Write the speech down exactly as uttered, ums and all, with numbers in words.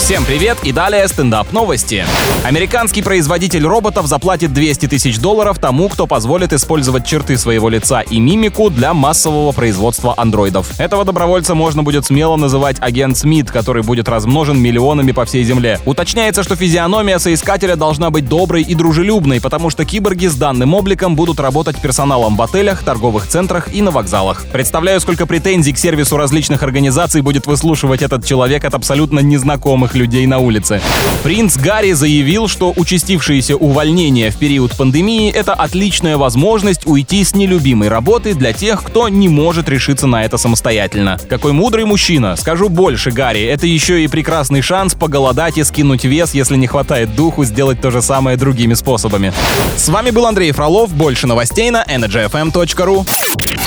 Всем привет и далее стендап-новости. Американский производитель роботов заплатит двести тысяч долларов тому, кто позволит использовать черты своего лица и мимику для массового производства андроидов. Этого добровольца можно будет смело называть агент Смит, который будет размножен миллионами по всей земле. Уточняется, что физиономия соискателя должна быть доброй и дружелюбной, потому что киборги с данным обликом будут работать персоналом в отелях, торговых центрах и на вокзалах. Представляю, сколько претензий к сервису различных организаций будет выслушивать этот человек от абсолютно незнакомых людей на улице. Принц Гарри заявил, что участившиеся увольнения в период пандемии — это отличная возможность уйти с нелюбимой работы для тех, кто не может решиться на это самостоятельно. Какой мудрый мужчина. Скажу больше, Гарри, это еще и прекрасный шанс поголодать и скинуть вес, если не хватает духу сделать то же самое другими способами. С вами был Андрей Фролов. Больше новостей на энерджи эф эм точка ру.